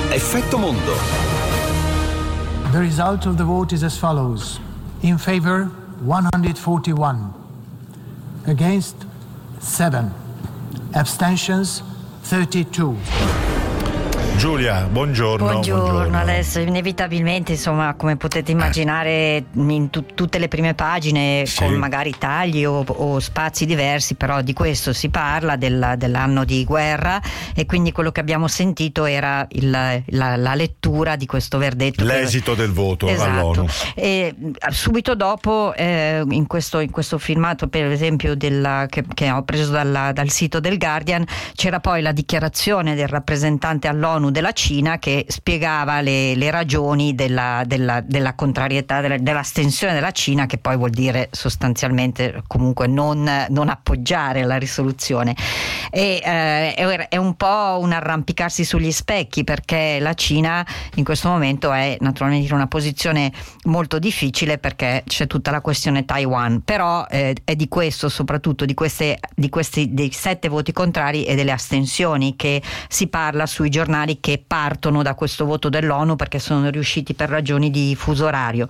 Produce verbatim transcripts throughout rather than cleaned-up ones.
Effetto Mondo. The result of the vote is as follows. In favor, one hundred forty-one. Against, seven. Abstentions, thirty-two. Giulia, buongiorno. Buongiorno, buongiorno. Adesso inevitabilmente, insomma, come potete immaginare, in tu- tutte le prime pagine Sì. con magari tagli o, o spazi diversi, però di questo si parla, del, dell'anno di guerra, e quindi quello che abbiamo sentito era il, la, la lettura di questo verdetto. L'esito che... del voto esatto. all'ONU. E subito dopo, eh, in, questo, in questo filmato, per esempio, della, che, che ho preso dalla, dal sito del Guardian, c'era poi la dichiarazione del rappresentante all'ONU della Cina che spiegava le, le ragioni della, della, della contrarietà, della, dell'astensione della Cina, che poi vuol dire sostanzialmente comunque non, non appoggiare la risoluzione. E eh, è, è un po' un arrampicarsi sugli specchi, perché la Cina in questo momento è naturalmente in una posizione molto difficile, perché c'è tutta la questione Taiwan, però eh, è di questo, soprattutto di queste di questi dei sette voti contrari e delle astensioni che si parla sui giornali che partono da questo voto dell'ONU, perché sono riusciti per ragioni di fuso orario.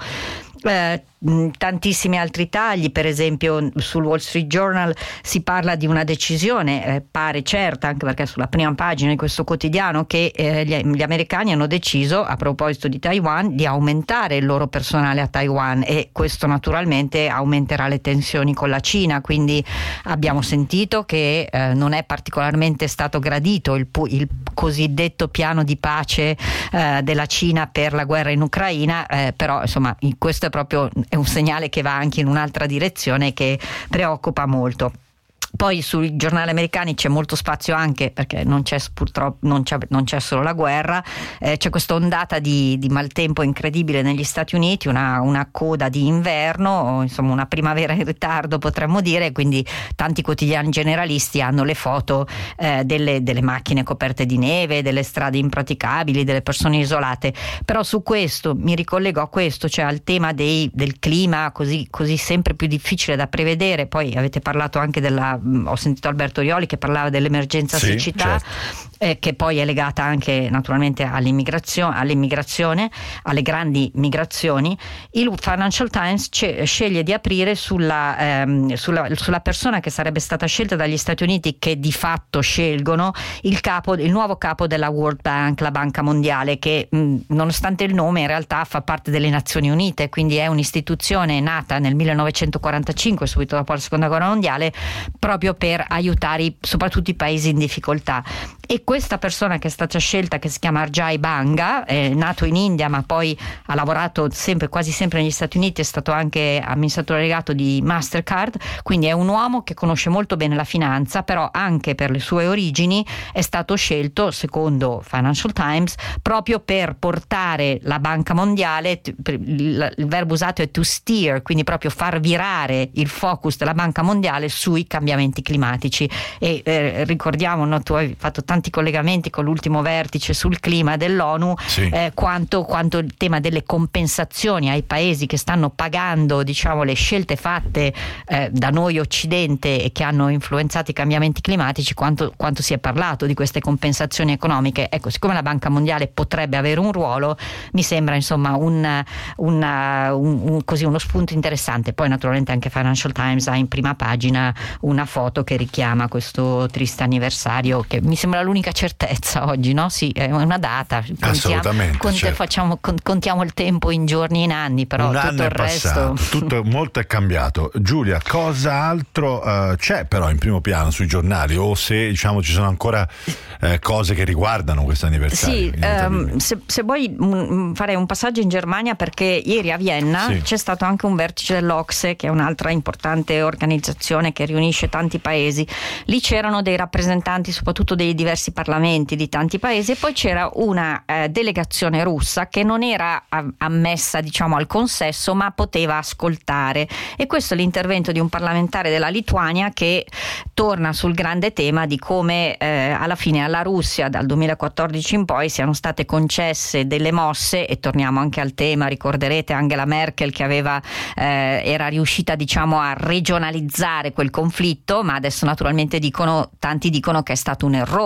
Eh, tantissimi altri tagli, per esempio sul Wall Street Journal si parla di una decisione, eh, pare certa, anche perché sulla prima pagina di questo quotidiano, che eh, gli, gli americani hanno deciso, a proposito di Taiwan, di aumentare il loro personale a Taiwan, e questo naturalmente aumenterà le tensioni con la Cina. Quindi abbiamo sentito che eh, non è particolarmente stato gradito il, il cosiddetto piano di pace eh, della Cina per la guerra in Ucraina, eh, però insomma questo è proprio è un segnale che va anche in un'altra direzione, che preoccupa molto. Poi sui giornali americani c'è molto spazio, anche perché non c'è purtroppo non c'è, non c'è solo la guerra, eh, c'è questa ondata di, di maltempo incredibile negli Stati Uniti, una, una coda di inverno, insomma una primavera in ritardo potremmo dire, quindi tanti quotidiani generalisti hanno le foto eh, delle, delle macchine coperte di neve, delle strade impraticabili, delle persone isolate. Però su questo mi ricollego a questo, cioè al tema dei, del clima così, così sempre più difficile da prevedere. Poi avete parlato anche della ho sentito Alberto Rioli che parlava dell'emergenza sì, siccità, certo. eh, che poi è legata anche naturalmente all'immigrazione, all'immigrazione, alle grandi migrazioni. Il Financial Times ce- sceglie di aprire sulla, ehm, sulla, sulla persona che sarebbe stata scelta dagli Stati Uniti, che di fatto scelgono il capo, il nuovo capo della World Bank, la Banca Mondiale, che mh, nonostante il nome in realtà fa parte delle Nazioni Unite, quindi è un'istituzione nata nel millenovecentoquarantacinque, subito dopo la Seconda Guerra Mondiale, proprio per aiutare i, soprattutto i paesi in difficoltà. E questa persona che è stata scelta, che si chiama Ajay Banga, è nato in India ma poi ha lavorato sempre, quasi sempre negli Stati Uniti, è stato anche amministratore delegato di Mastercard, quindi è un uomo che conosce molto bene la finanza, però anche per le sue origini è stato scelto, secondo Financial Times, proprio per portare la Banca Mondiale, il verbo usato è to steer, quindi proprio far virare il focus della Banca Mondiale sui cambiamenti climatici. E eh, ricordiamo, no, tu hai fatto tanti collegamenti con l'ultimo vertice sul clima dell'ONU, sì. eh, quanto, quanto il tema delle compensazioni ai paesi che stanno pagando, diciamo, le scelte fatte eh, da noi occidente e che hanno influenzato i cambiamenti climatici, quanto, quanto si è parlato di queste compensazioni economiche. Ecco, siccome la Banca Mondiale potrebbe avere un ruolo, mi sembra insomma un, una, un, un, così uno spunto interessante. Poi naturalmente anche Financial Times ha in prima pagina una foto che richiama questo triste anniversario, che mi sembra l'unica certezza oggi, no? Sì, è una data. Contiamo, Assolutamente. conti, certo. facciamo, contiamo il tempo in giorni e in anni, però un tutto anno il è passato, resto. tutto, molto è cambiato. Giulia, cosa altro uh, c'è però in primo piano sui giornali, o se diciamo ci sono ancora uh, cose che riguardano questo anniversario? Sì, um, se, se vuoi um, farei un passaggio in Germania, perché ieri a Vienna sì. c'è stato anche un vertice dell'Ocse, che è un'altra importante organizzazione che riunisce tanti paesi. Lì c'erano dei rappresentanti soprattutto dei diversi parlamenti di tanti paesi, e poi c'era una eh, delegazione russa che non era a- ammessa diciamo al consesso, ma poteva ascoltare. E questo è l'intervento di un parlamentare della Lituania che torna sul grande tema di come eh, alla fine alla Russia dal duemilaquattordici in poi siano state concesse delle mosse, e torniamo anche al tema, ricorderete Angela Merkel che aveva eh, era riuscita diciamo a regionalizzare quel conflitto, ma adesso naturalmente dicono tanti dicono che è stato un errore, perché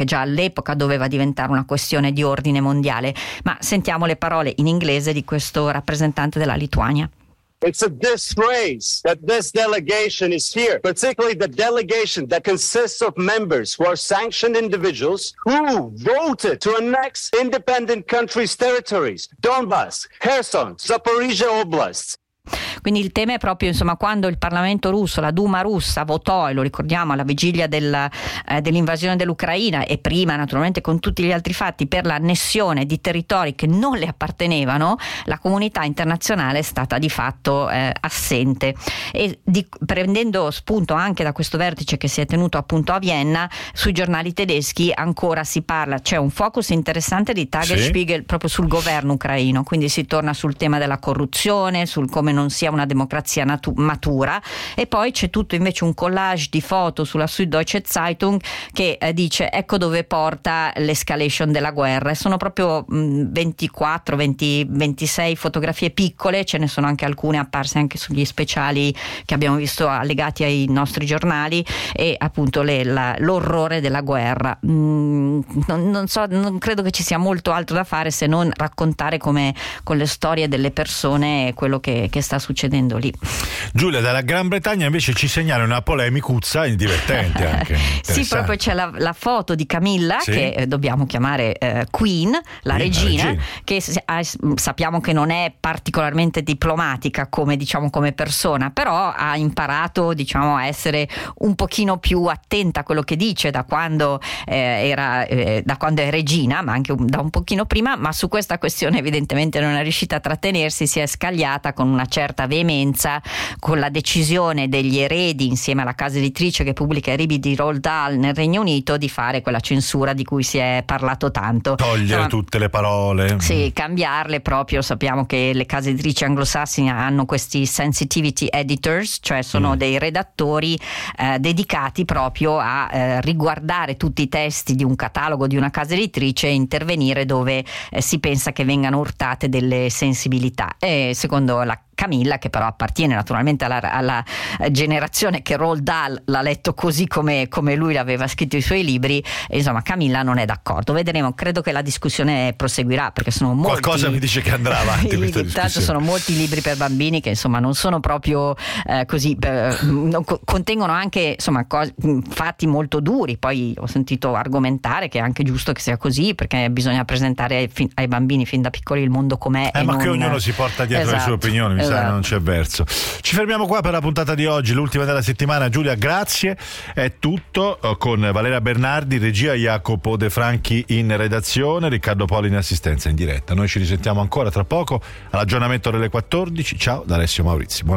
che già all'epoca doveva diventare una questione di ordine mondiale. Ma sentiamo le parole in inglese di questo rappresentante della Lituania. It's a disgrace that this delegation is here, particularly the delegation that consists of members who are sanctioned individuals who voted to annex independent countries' territories, Donbass, Kherson, Zaporizhia Oblast. Quindi il tema è proprio, insomma, quando il Parlamento russo, la Duma russa, votò, e lo ricordiamo alla vigilia del, eh, dell'invasione dell'Ucraina e prima naturalmente con tutti gli altri fatti, per l'annessione di territori che non le appartenevano, la comunità internazionale è stata di fatto eh, assente. E di, prendendo spunto anche da questo vertice che si è tenuto appunto a Vienna, sui giornali tedeschi ancora si parla, c'è un focus interessante di Tagesspiegel sì. proprio sul governo ucraino, quindi si torna sul tema della corruzione, sul come non sia una democrazia natu- matura, e poi c'è tutto invece un collage di foto sulla Süddeutsche Zeitung che eh, dice ecco dove porta l'escalation della guerra, e sono proprio mh, ventiquattro venti ventisei fotografie piccole, ce ne sono anche alcune apparse anche sugli speciali che abbiamo visto allegati ai nostri giornali, e appunto le, la, l'orrore della guerra. Mm, non, non so, non credo che ci sia molto altro da fare se non raccontare come con le storie delle persone quello che, che sta succedendo lì. Giulia, dalla Gran Bretagna invece ci segnala una polemicuzza divertente anche. Sì, proprio c'è la, la foto di Camilla sì. che eh, dobbiamo chiamare eh, Queen, la Queen, regina, la regina. che eh, sappiamo che non è particolarmente diplomatica come diciamo come persona, però ha imparato diciamo a essere un pochino più attenta a quello che dice da quando eh, era eh, da quando è regina, ma anche un, da un pochino prima, ma su questa questione evidentemente non è riuscita a trattenersi, si è scagliata con una certa veemenza con la decisione degli eredi insieme alla casa editrice che pubblica i libri di Roald Dahl nel Regno Unito di fare quella censura di cui si è parlato tanto, togliere Insomma, tutte le parole, sì, cambiarle proprio. Sappiamo che le case editrici anglosassine hanno questi sensitivity editors, cioè sono mm. dei redattori eh, dedicati proprio a eh, riguardare tutti i testi di un catalogo di una casa editrice e intervenire dove eh, si pensa che vengano urtate delle sensibilità, e secondo la Camilla, che però appartiene naturalmente alla, alla generazione che Roald Dahl l'ha letto così come, come lui aveva scritto i suoi libri, e insomma Camilla non è d'accordo. Vedremo, credo che la discussione proseguirà perché sono molti, qualcosa mi dice che andrà avanti questa discussione. Sono molti libri per bambini che insomma non sono proprio eh, così eh, non, contengono anche insomma cose, fatti molto duri. Poi ho sentito argomentare che è anche giusto che sia così, perché bisogna presentare ai, fin, ai bambini fin da piccoli il mondo com'è, eh, e ma non, che ognuno si porta dietro esatto, le sue opinioni, mi esatto. sa, non c'è verso. Ci fermiamo qua per la puntata di oggi, l'ultima della settimana. Giulia, grazie, è tutto, con Valeria Bernardi, regia, Jacopo De Franchi in redazione, Riccardo Poli in assistenza in diretta. Noi ci risentiamo ancora tra poco all'aggiornamento delle quattordici. Ciao da Alessio Maurizio. Buon